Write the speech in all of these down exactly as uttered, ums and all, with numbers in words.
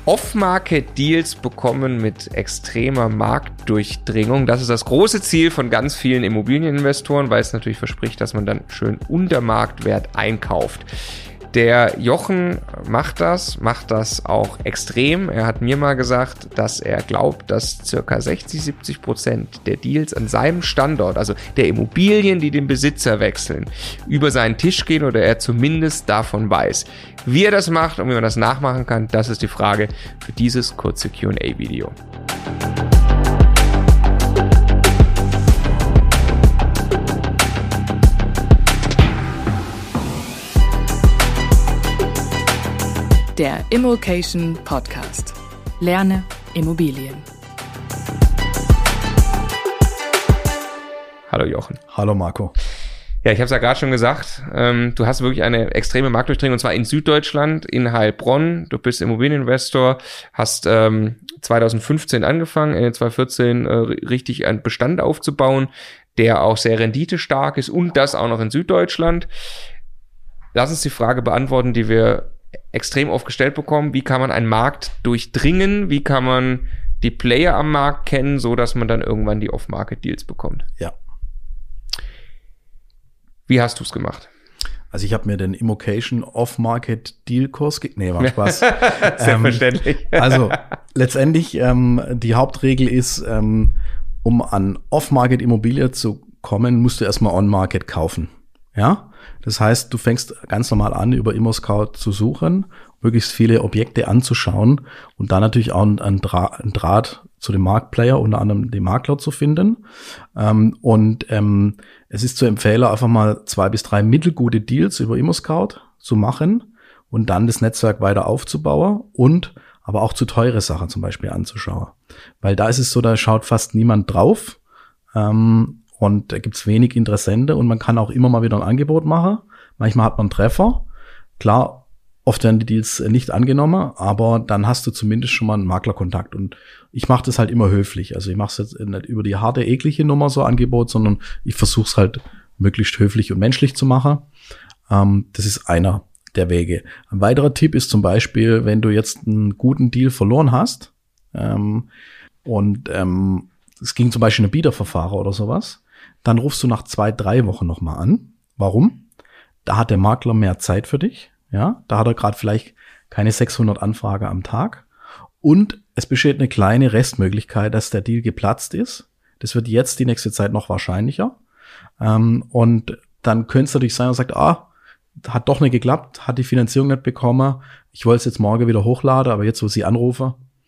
Off-Market-Deals bekommen mit extremer Marktdurchdringung. Das ist das große Ziel von ganz vielen Immobilieninvestoren, weil es natürlich verspricht, dass man dann schön unter Marktwert einkauft. Der Jochen macht das, macht das auch extrem. Er hat mir mal gesagt, dass er glaubt, dass ca. sechzig, siebzig Prozent der Deals an seinem Standort, also der Immobilien, die den Besitzer wechseln, über seinen Tisch gehen oder er zumindest davon weiß. Wie er das macht und wie man das nachmachen kann, das ist die Frage für dieses kurze Q und A-Video. Der Immokation Podcast. Lerne Immobilien. Hallo Jochen. Hallo Marco. Ja, ich habe es ja gerade schon gesagt, ähm, du hast wirklich eine extreme Marktdurchdringung, und zwar in Süddeutschland, in Heilbronn. Du bist Immobilieninvestor, hast ähm, zwanzig fünfzehn angefangen, Ende zwanzig vierzehn äh, richtig einen Bestand aufzubauen, der auch sehr renditestark ist und das auch noch in Süddeutschland. Lass uns die Frage beantworten, die wir extrem oft gestellt bekommen. Wie kann man einen Markt durchdringen? Wie kann man die Player am Markt kennen, so dass man dann irgendwann die Off-Market-Deals bekommt? Ja. Wie hast du es gemacht? Also ich habe mir den Immokation Off-Market-Deal-Kurs ge- Nee, war Spaß. Selbstverständlich. ähm, also letztendlich, ähm, die Hauptregel ist, ähm, um an Off-Market-Immobilie zu kommen, musst du erstmal On-Market kaufen. Ja, das heißt, du fängst ganz normal an, über ImmoScout zu suchen, möglichst viele Objekte anzuschauen und dann natürlich auch einen Draht, einen Draht zu dem Marktplayer, unter anderem den Makler zu finden. Ähm, und ähm, es ist zu empfehlen, einfach mal zwei bis drei mittelgute Deals über ImmoScout zu machen und dann das Netzwerk weiter aufzubauen und aber auch zu teure Sachen zum Beispiel anzuschauen. Weil da ist es so, da schaut fast niemand drauf. Ähm, Und da gibt's wenig Interessente und man kann auch immer mal wieder ein Angebot machen. Manchmal hat man einen Treffer. Klar, oft werden die Deals nicht angenommen, aber dann hast du zumindest schon mal einen Maklerkontakt. Und ich mache das halt immer höflich. Also ich mache es jetzt nicht über die harte, eklige Nummer so Angebot, sondern ich versuche es halt möglichst höflich und menschlich zu machen. Ähm, das ist einer der Wege. Ein weiterer Tipp ist zum Beispiel, wenn du jetzt einen guten Deal verloren hast ähm, und ähm, es ging zum Beispiel ein Bieterverfahren oder sowas, dann rufst du nach zwei, drei Wochen nochmal an. Warum? Da hat der Makler mehr Zeit für dich. Ja, da hat er gerade vielleicht keine sechshundert Anfragen am Tag. Und es besteht eine kleine Restmöglichkeit, dass der Deal geplatzt ist. Das wird jetzt die nächste Zeit noch wahrscheinlicher. Ähm, und dann könnte es natürlich sein, er sagt, ah, hat doch nicht geklappt, hat die Finanzierung nicht bekommen. Ich wollte es jetzt morgen wieder hochladen, aber jetzt, wo Sie anrufen,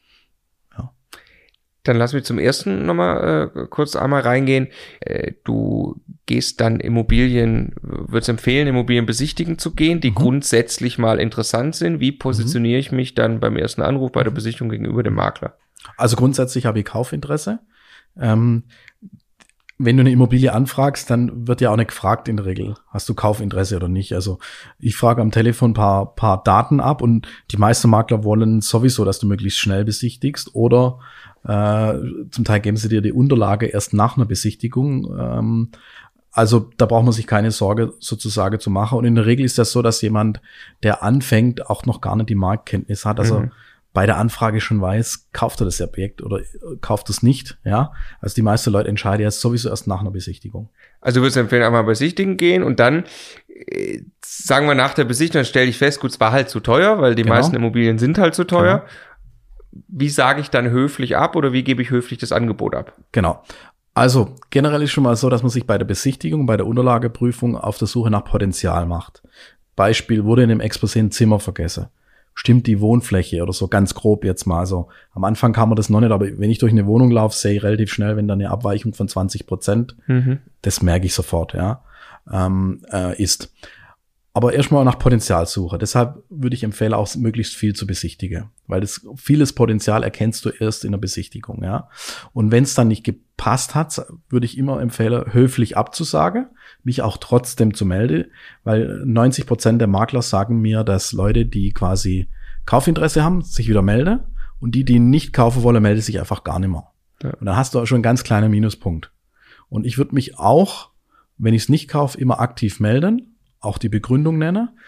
dann lass mich zum ersten nochmal äh, kurz einmal reingehen. Äh, du gehst dann Immobilien, würdest empfehlen, Immobilien besichtigen zu gehen, die mhm. grundsätzlich mal interessant sind. Wie positioniere mhm. ich mich dann beim ersten Anruf bei der Besichtigung gegenüber dem Makler? Also grundsätzlich habe ich Kaufinteresse. Ähm, wenn du eine Immobilie anfragst, dann wird ja auch nicht gefragt in der Regel, hast du Kaufinteresse oder nicht. Also ich frage am Telefon ein paar, paar Daten ab und die meisten Makler wollen sowieso, dass du möglichst schnell besichtigst oder äh, zum Teil geben sie dir die Unterlage erst nach einer Besichtigung. Ähm, also da braucht man sich keine Sorge sozusagen zu machen. Und in der Regel ist das so, dass jemand, der anfängt, auch noch gar nicht die Marktkenntnis hat. Also mhm. bei der Anfrage schon weiß, kauft er das Objekt oder kauft es nicht, ja. Also die meisten Leute entscheiden jetzt sowieso erst nach einer Besichtigung. Also du würdest empfehlen, einmal besichtigen gehen und dann, äh, sagen wir nach der Besichtigung, stelle ich fest, gut, es war halt zu teuer, weil die genau. meisten Immobilien sind halt zu teuer. Genau. Wie sage ich dann höflich ab oder wie gebe ich höflich das Angebot ab? Genau. Also generell ist schon mal so, dass man sich bei der Besichtigung, bei der Unterlageprüfung auf der Suche nach Potenzial macht. Beispiel, wurde in dem Exposé ein Zimmer vergessen. Stimmt die Wohnfläche oder so ganz grob jetzt mal so. Am Anfang kann man das noch nicht, aber wenn ich durch eine Wohnung laufe, sehe ich relativ schnell, wenn da eine Abweichung von zwanzig Prozent, mhm. das merke ich sofort, ja, ähm, äh, ist. Aber erstmal nach Potenzialsuche. Deshalb würde ich empfehlen, auch möglichst viel zu besichtigen, weil das vieles Potenzial erkennst du erst in der Besichtigung, ja. Und wenn es dann nicht gepasst hat, würde ich immer empfehlen, höflich abzusagen, mich auch trotzdem zu melden, weil neunzig Prozent der Makler sagen mir, dass Leute, die quasi Kaufinteresse haben, sich wieder melden und die, die nicht kaufen wollen, melden sich einfach gar nicht mehr. Ja. Und dann hast du auch schon einen ganz kleinen Minuspunkt. Und ich würde mich auch, wenn ich es nicht kaufe, immer aktiv melden, auch die Begründung nenne.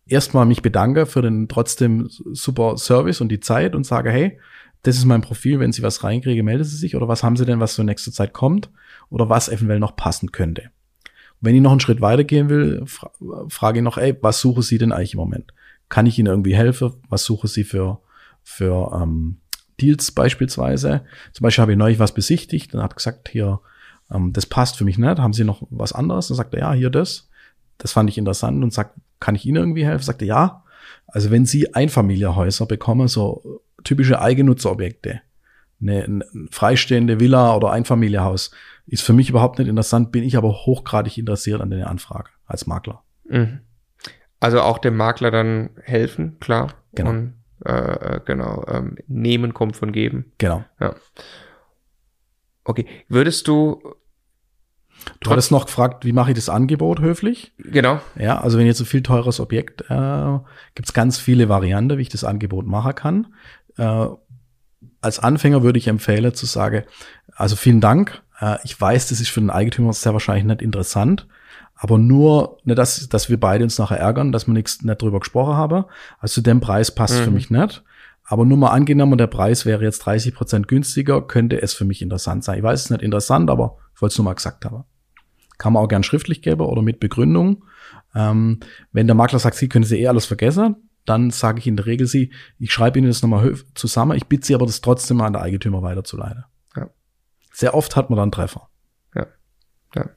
erstmal mich bedanke für den trotzdem super Service und die Zeit und sage, hey, das ist mein Profil, wenn Sie was reinkriegen, melden Sie sich, oder was haben Sie denn, was so in nächster Zeit kommt oder was eventuell noch passen könnte. Und wenn ich noch einen Schritt weitergehen will, fra- frage ich noch, ey, was suchen Sie denn eigentlich im Moment? Kann ich Ihnen irgendwie helfen? Was suchen Sie für, für ähm, Deals beispielsweise? Zum Beispiel habe ich neulich was besichtigt und hat gesagt, hier, ähm, das passt für mich nicht, haben Sie noch was anderes? Dann sagt er, ja, hier das. Das fand ich interessant und sagt, kann ich Ihnen irgendwie helfen? Sagt er, ja. Also wenn Sie Einfamilienhäuser bekommen, so typische Eigennutzerobjekte, eine, eine freistehende Villa oder Einfamilienhaus, ist für mich überhaupt nicht interessant, bin ich aber hochgradig interessiert an der Anfrage als Makler. Mhm. Also auch dem Makler dann helfen, klar. Genau. Und, äh, genau, ähm, nehmen kommt von geben. Genau. Ja. Okay, würdest du... Du hattest noch gefragt, wie mache ich das Angebot höflich? Genau. Ja, also wenn jetzt so viel teures Objekt, äh, gibt es ganz viele Varianten, wie ich das Angebot machen kann. Äh, als Anfänger würde ich empfehlen zu sagen, also vielen Dank, äh, ich weiß, das ist für den Eigentümer sehr wahrscheinlich nicht interessant, aber nur, nicht, dass, dass wir beide uns nachher ärgern, dass wir nichts nicht drüber gesprochen haben. Also zu dem Preis passt Mhm. für mich nicht. Aber nur mal angenommen, der Preis wäre jetzt dreißig Prozent günstiger, könnte es für mich interessant sein. Ich weiß, es ist nicht interessant, aber ich wollte es nur mal gesagt haben. Kann man auch gern schriftlich geben oder mit Begründung. Ähm, wenn der Makler sagt, Sie können Sie eh alles vergessen, dann sage ich in der Regel Sie, ich schreibe Ihnen das nochmal höf- zusammen, ich bitte Sie aber, das trotzdem mal an der Eigentümer weiterzuleiten. Ja. Sehr oft hat man dann Treffer. Ja. Ja.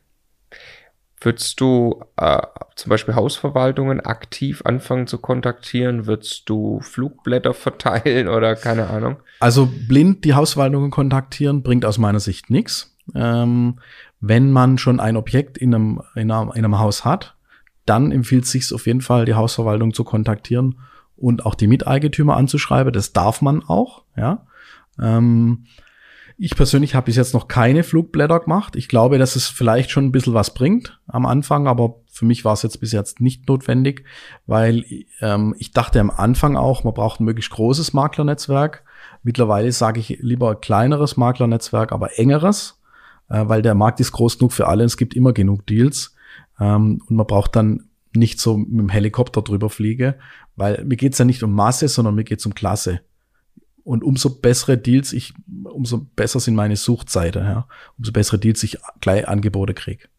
Würdest du äh, zum Beispiel Hausverwaltungen aktiv anfangen zu kontaktieren? Würdest du Flugblätter verteilen oder keine Ahnung? Also blind die Hausverwaltungen kontaktieren, bringt aus meiner Sicht nichts. Ähm, wenn man schon ein Objekt in einem, in einem, in einem Haus hat, dann empfiehlt es sich auf jeden Fall, die Hausverwaltung zu kontaktieren und auch die Miteigentümer anzuschreiben. Das darf man auch, ja. Ähm, ich persönlich habe bis jetzt noch keine Flugblätter gemacht. Ich glaube, dass es vielleicht schon ein bisschen was bringt am Anfang, aber für mich war es jetzt bis jetzt nicht notwendig, weil ähm, ich dachte am Anfang auch, man braucht ein möglichst großes Maklernetzwerk. Mittlerweile sage ich lieber kleineres Maklernetzwerk, aber engeres, äh, weil der Markt ist groß genug für alle. Es gibt immer genug Deals ähm, und man braucht dann nicht so mit dem Helikopter drüber fliegen, weil mir geht's ja nicht um Masse, sondern mir geht's um Klasse. Und umso bessere Deals ich, umso besser sind meine Suchzeiten, ja. Umso bessere Deals ich gleich Angebote kriege.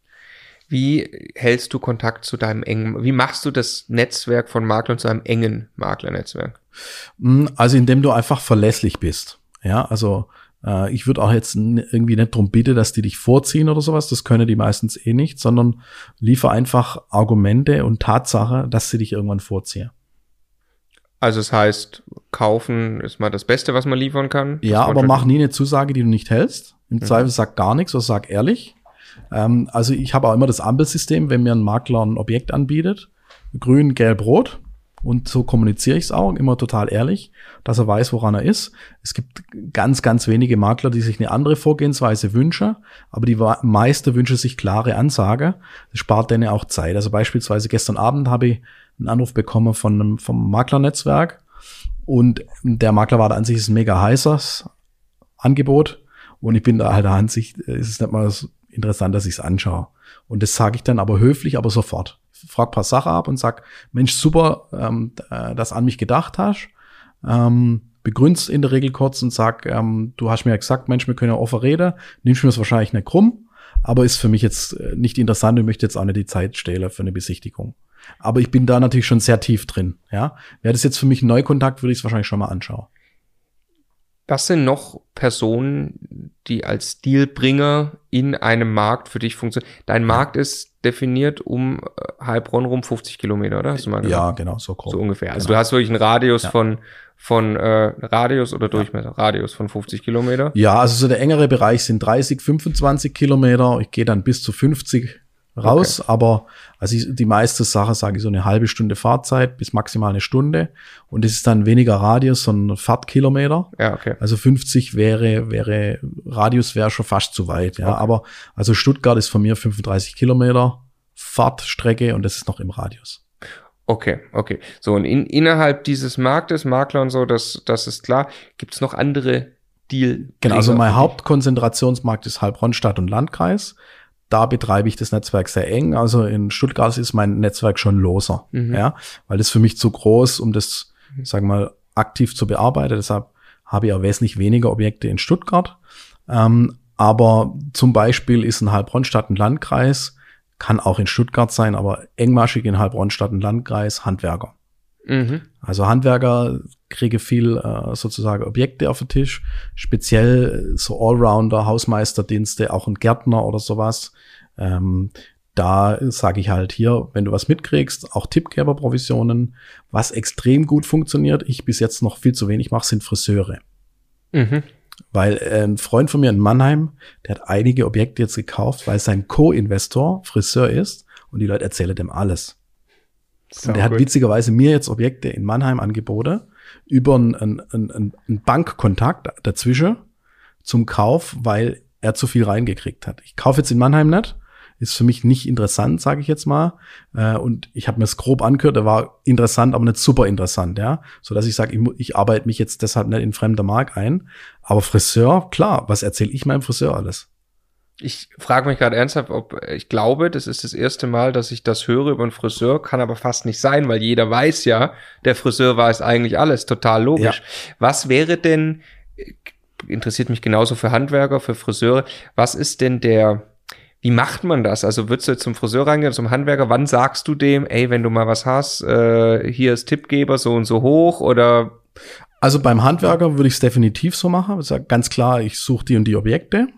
Wie hältst du Kontakt zu deinem engen, wie machst du das Netzwerk von Maklern zu einem engen Maklernetzwerk? Also indem du einfach verlässlich bist. Ja, also äh, ich würde auch jetzt n- irgendwie nicht drum bitten, dass die dich vorziehen oder sowas. Das können die meistens eh nicht, sondern liefer einfach Argumente und Tatsache, dass sie dich irgendwann vorziehen. Also es heißt, kaufen ist mal das Beste, was man liefern kann. Ja, man aber schon- mach nie eine Zusage, die du nicht hältst. Im Mhm. Zweifel sag gar nichts oder sag ehrlich. Ähm, also ich habe auch immer das Ampelsystem, wenn mir ein Makler ein Objekt anbietet. Grün, gelb, rot. Und so kommuniziere ich es auch, immer total ehrlich, dass er weiß, woran er ist. Es gibt ganz, ganz wenige Makler, die sich eine andere Vorgehensweise wünschen, aber die wa- meisten wünschen sich klare Ansage. Das spart denen auch Zeit. Also beispielsweise gestern Abend habe ich einen Anruf bekommen von einem, vom Maklernetzwerk und der Makler war da an sich ist ein mega heißes Angebot und ich bin da halt der Ansicht, es ist nicht mal so interessant, dass ich es anschaue. Und das sage ich dann aber höflich, aber sofort. Frag ein paar Sachen ab und sag, Mensch, super, ähm, äh, dass du an mich gedacht hast. Ähm, begründ's in der Regel kurz und sag, ähm, du hast mir ja gesagt, Mensch, wir können ja offen reden. Nimmst mir das wahrscheinlich nicht krumm, aber ist für mich jetzt äh, nicht interessant und möchte jetzt auch nicht die Zeit stehlen für eine Besichtigung. Aber ich bin da natürlich schon sehr tief drin. Ja, wäre das jetzt für mich ein Neukontakt, würde ich es wahrscheinlich schon mal anschauen. Was sind noch Personen, die als Dealbringer in einem Markt für dich funktionieren? Dein Markt ist definiert um äh, Heilbronn rum fünfzig Kilometer, oder? Hast du mal Ja, gesagt? genau, so grob. So ungefähr. Also Genau. du hast wirklich einen Radius Ja. von, von äh, Radius oder Durchmesser? Radius von fünfzig Kilometer. Ja, also so der engere Bereich sind dreißig, fünfundzwanzig Kilometer. Ich gehe dann bis zu fünfzig raus, aber also ich, die meiste Sache sage ich so eine halbe Stunde Fahrzeit bis maximal eine Stunde und es ist dann weniger Radius, sondern Fahrtkilometer. Ja, okay. Also fünfzig wäre, wäre, Radius wäre schon fast zu weit, ja. Okay. Aber, also Stuttgart ist von mir fünfunddreißig Kilometer Fahrtstrecke und das ist noch im Radius. Okay, okay. So, und in, innerhalb dieses Marktes, Makler und so, das, das ist klar. Gibt es noch andere Deal? Genau, also mein Hauptkonzentrationsmarkt ist Heilbronn, Stadt und Landkreis. da betreibe ich das Netzwerk sehr eng. Also in Stuttgart ist mein Netzwerk schon loser, mhm. ja, weil das für mich zu groß, um das, mhm. sagen wir mal, aktiv zu bearbeiten. Deshalb habe ich auch wesentlich weniger Objekte in Stuttgart. Ähm, aber zum Beispiel ist ein Heilbronn-Stadt ein Landkreis, kann auch in Stuttgart sein, aber engmaschig in Heilbronn-Stadt ein Landkreis, Handwerker. Mhm. Also Handwerker kriege viel äh, sozusagen Objekte auf den Tisch, speziell so Allrounder, Hausmeisterdienste, auch ein Gärtner oder sowas. Ähm, da sage ich halt hier, wenn du was mitkriegst, auch Tippgeberprovisionen. Was extrem gut funktioniert, ich bis jetzt noch viel zu wenig mache, sind Friseure. Mhm. Weil äh, ein Freund von mir in Mannheim, der hat einige Objekte jetzt gekauft, weil sein Co-Investor Friseur ist und die Leute erzählen dem alles. Und der hat gut. witzigerweise mir jetzt Objekte in Mannheim angeboten, über einen, einen, einen, einen Bankkontakt dazwischen zum Kauf, weil er zu viel reingekriegt hat. Ich kaufe jetzt in Mannheim nicht, ist für mich nicht interessant, sage ich jetzt mal. Und ich habe mir es grob angehört, der war interessant, aber nicht super interessant, ja. So dass ich sage, ich, ich arbeite mich jetzt deshalb nicht in fremder Mark ein. Aber Friseur, klar, was erzähle ich meinem Friseur alles? Ich frage mich gerade ernsthaft, ob ich glaube, das ist das erste Mal, dass ich das höre über einen Friseur, kann aber fast nicht sein, weil jeder weiß ja, der Friseur weiß eigentlich alles, total logisch. Ja. Was wäre denn, interessiert mich genauso für Handwerker, für Friseure, was ist denn der, wie macht man das? Also würdest du zum Friseur reingehen, zum Handwerker, wann sagst du dem, ey, wenn du mal was hast, äh, hier ist Tippgeber so und so hoch oder? Also beim Handwerker würde ich es definitiv so machen, ich sage ganz klar, ich suche die und die Objekte.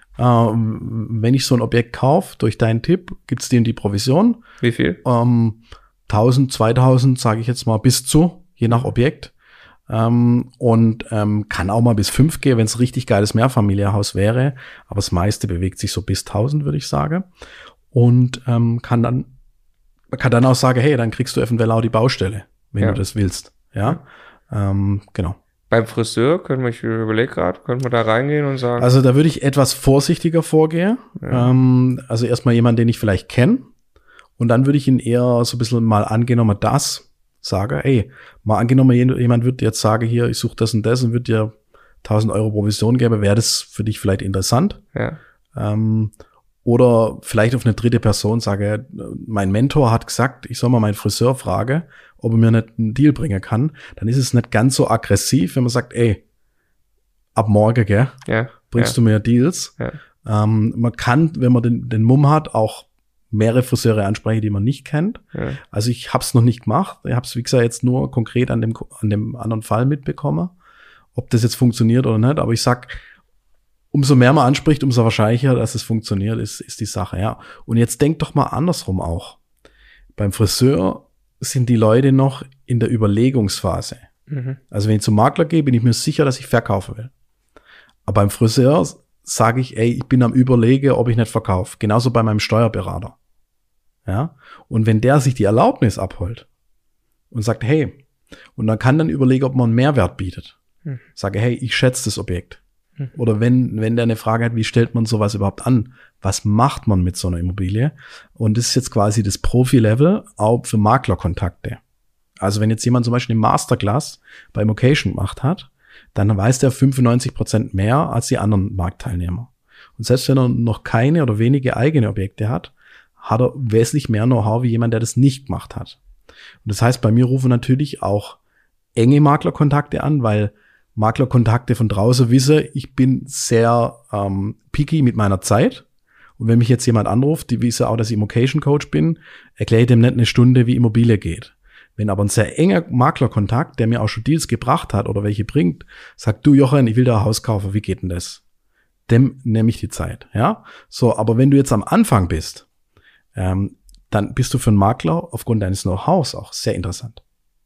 Ähm, wenn ich so ein Objekt kaufe, durch deinen Tipp, gibt's die und die Provision. Wie viel? Ähm, tausend, zweitausend, sage ich jetzt mal, bis zu, je nach Objekt. Ähm, und ähm, kann auch mal bis fünf gehen, wenn es richtig geiles Mehrfamilienhaus wäre. Aber das meiste bewegt sich so bis tausend, würde ich sagen. Und ähm, kann dann kann dann auch sagen, hey, dann kriegst du eventuell auch die Baustelle, wenn ja. du das willst. Ja, ja. Ähm, genau. Beim Friseur, können wir, ich überlege gerade, können wir da reingehen und sagen? Also da würde ich etwas vorsichtiger vorgehen. Ja. Ähm, also erstmal jemanden, den ich vielleicht kenne. Und dann würde ich ihn eher so ein bisschen mal angenommen das sagen, ey, mal angenommen, jemand würde jetzt sagen, hier, ich suche das und das und würde dir tausend Euro Provision geben, wäre das für dich vielleicht interessant? Ja. Ähm, oder vielleicht auf eine dritte Person sage, mein Mentor hat gesagt, ich soll mal meinen Friseur fragen, ob er mir nicht einen Deal bringen kann. Dann ist es nicht ganz so aggressiv, wenn man sagt, ey, ab morgen, gell, ja, bringst ja. du mir Deals. Ja. Ähm, man kann, wenn man den, den Mumm hat, auch mehrere Friseure ansprechen, die man nicht kennt. Ja. Also ich habe es noch nicht gemacht. Ich habe es, wie gesagt, jetzt nur konkret an dem, an dem anderen Fall mitbekommen, ob das jetzt funktioniert oder nicht. Aber ich sag, umso mehr man anspricht, umso wahrscheinlicher, dass es funktioniert, ist, ist die Sache, ja. Und jetzt denk doch mal andersrum auch. Beim Friseur sind die Leute noch in der Überlegungsphase. Mhm. Also wenn ich zum Makler gehe, bin ich mir sicher, dass ich verkaufen will. Aber beim Friseur sage ich, ey, ich bin am Überlegen, ob ich nicht verkaufe. Genauso bei meinem Steuerberater. Ja. Und wenn der sich die Erlaubnis abholt und sagt, hey, und dann kann dann überlegen, ob man einen Mehrwert bietet. Mhm. Sage, hey, ich schätze das Objekt. Oder wenn, wenn der eine Frage hat, wie stellt man sowas überhaupt an? Was macht man mit so einer Immobilie? Und das ist jetzt quasi das Profi-Level auch für Maklerkontakte. Also wenn jetzt jemand zum Beispiel eine Masterclass bei Immocation gemacht hat, dann weiß der fünfundneunzig Prozent mehr als die anderen Marktteilnehmer. Und selbst wenn er noch keine oder wenige eigene Objekte hat, hat er wesentlich mehr Know-how wie jemand, der das nicht gemacht hat. Und das heißt, bei mir rufen natürlich auch enge Maklerkontakte an, weil Maklerkontakte von draußen wissen, ich bin sehr ähm, picky mit meiner Zeit. Und wenn mich jetzt jemand anruft, die wissen auch, dass ich Immocation Coach bin, erkläre ich dem nicht eine Stunde, wie Immobilie geht. Wenn aber ein sehr enger Maklerkontakt, der mir auch schon Deals gebracht hat oder welche bringt, sagt, du Jochen, ich will da ein Haus kaufen, wie geht denn das? Dem nehme ich die Zeit, ja. So, aber wenn du jetzt am Anfang bist, ähm, dann bist du für einen Makler aufgrund deines Know-hows auch sehr interessant.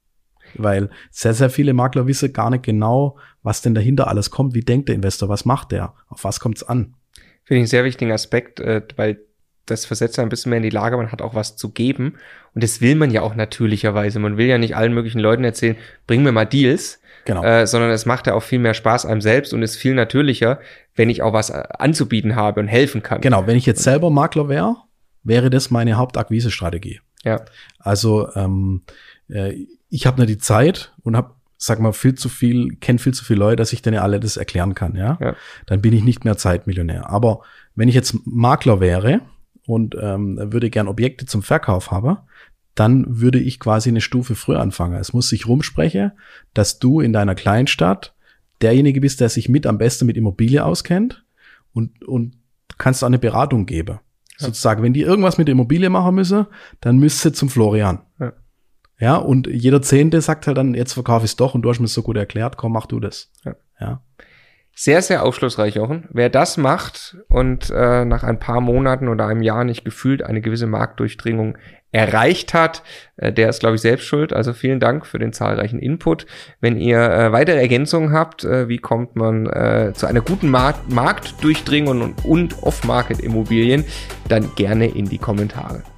Weil sehr, sehr viele Makler wissen gar nicht genau, was denn dahinter alles kommt. Wie denkt der Investor? Was macht der? Auf was kommt's an? Finde ich einen sehr wichtigen Aspekt, weil das versetzt ein bisschen mehr in die Lage, man hat auch was zu geben. Und das will man ja auch natürlicherweise. Man will ja nicht allen möglichen Leuten erzählen, bring mir mal Deals. Genau. Äh, sondern es macht ja auch viel mehr Spaß einem selbst und ist viel natürlicher, wenn ich auch was anzubieten habe und helfen kann. Genau, wenn ich jetzt selber Makler wäre, wäre das meine Hauptakquise-Strategie. Ja. Also, ähm, äh, ich habe nicht die Zeit und habe, sag mal, viel zu viel, kenne viel zu viele Leute, dass ich denen alle das erklären kann, ja? Ja. Dann bin ich nicht mehr Zeitmillionär. Aber wenn ich jetzt Makler wäre und ähm, würde gern Objekte zum Verkauf haben, dann würde ich quasi eine Stufe früher anfangen. Es muss sich rumsprechen, dass du in deiner Kleinstadt derjenige bist, der sich mit am besten mit Immobilie auskennt und, und kannst auch eine Beratung geben. Ja. Sozusagen, wenn die irgendwas mit der Immobilie machen müssen, dann müsste zum Florian. Ja. Ja, und jeder Zehnte sagt halt dann, jetzt verkaufe ich es doch und du hast mir so gut erklärt, komm, mach du das. Ja. Ja. Sehr, sehr aufschlussreich, Jochen. Wer das macht und äh, nach ein paar Monaten oder einem Jahr nicht gefühlt eine gewisse Marktdurchdringung erreicht hat, äh, der ist, glaube ich, selbst schuld. Also vielen Dank für den zahlreichen Input. Wenn ihr äh, weitere Ergänzungen habt, äh, wie kommt man äh, zu einer guten Markt- Marktdurchdringung und, und Off-Market-Immobilien, dann gerne in die Kommentare.